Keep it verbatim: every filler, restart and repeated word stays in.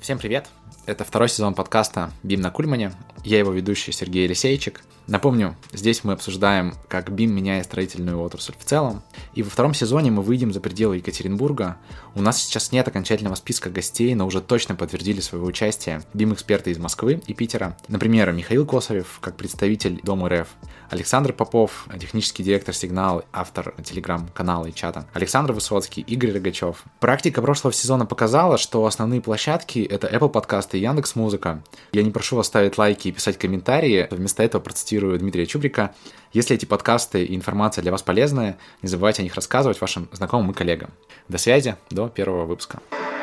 Всем привет! Это второй сезон подкаста «Бим на Кульмане». Я его ведущий Сергей Елисейчик. Напомню, здесь мы обсуждаем, как Бим меняет строительную отрасль в целом. И во втором сезоне мы выйдем за пределы Екатеринбурга. У нас сейчас нет окончательного списка гостей, но уже точно подтвердили свое участие Бим-эксперты из Москвы и Питера. Например, Михаил Косарев, как представитель Дом РФ, Александр Попов, технический директор «Сигнал», автор телеграм-канала и чата, Александр Высоцкий, Игорь Рогачев. Практика прошлого сезона показала, что основные площадки — это Apple подкасты и Яндекс.Музыка. Я не прошу вас ставить лайки и писать комментарии, вместо этого процитирую Дмитрия Чубрика. Если эти подкасты и информация для вас полезны, не забывайте о них рассказывать вашим знакомым и коллегам. До связи, до первого выпуска.